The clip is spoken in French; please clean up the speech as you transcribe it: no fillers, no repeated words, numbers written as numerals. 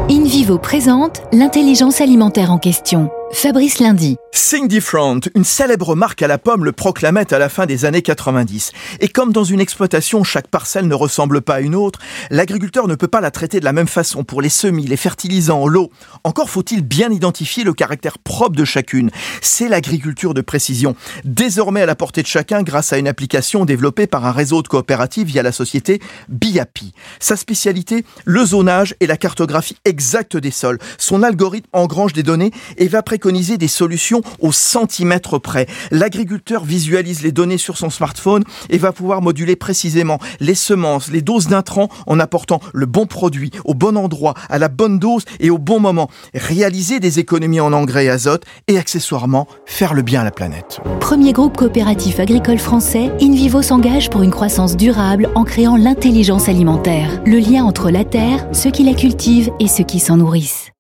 InVivo présente l'intelligence alimentaire en question. Fabrice Lundy. Think Different, une célèbre marque à la pomme, le proclamait à la fin des années 90. Et comme dans une exploitation, chaque parcelle ne ressemble pas à une autre, l'agriculteur ne peut pas la traiter de la même façon pour les semis, les fertilisants, l'eau. Encore faut-il bien identifier le caractère propre de chacune. C'est l'agriculture de précision, désormais à la portée de chacun grâce à une application développée par un réseau de coopératives via la société Biapi. Sa spécialité, le zonage et la cartographie exacte des sols. Son algorithme engrange des données et va préconiser des solutions au centimètre près. L'agriculteur visualise les données sur son smartphone et va pouvoir moduler précisément les semences, les doses d'intrants en apportant le bon produit au bon endroit, à la bonne dose et au bon moment. Réaliser des économies en engrais et azote et accessoirement faire le bien à la planète. Premier groupe coopératif agricole français, InVivo s'engage pour une croissance durable en créant l'intelligence alimentaire. Le lien entre la terre, ceux qui la cultivent et ceux qui s'en nourrissent.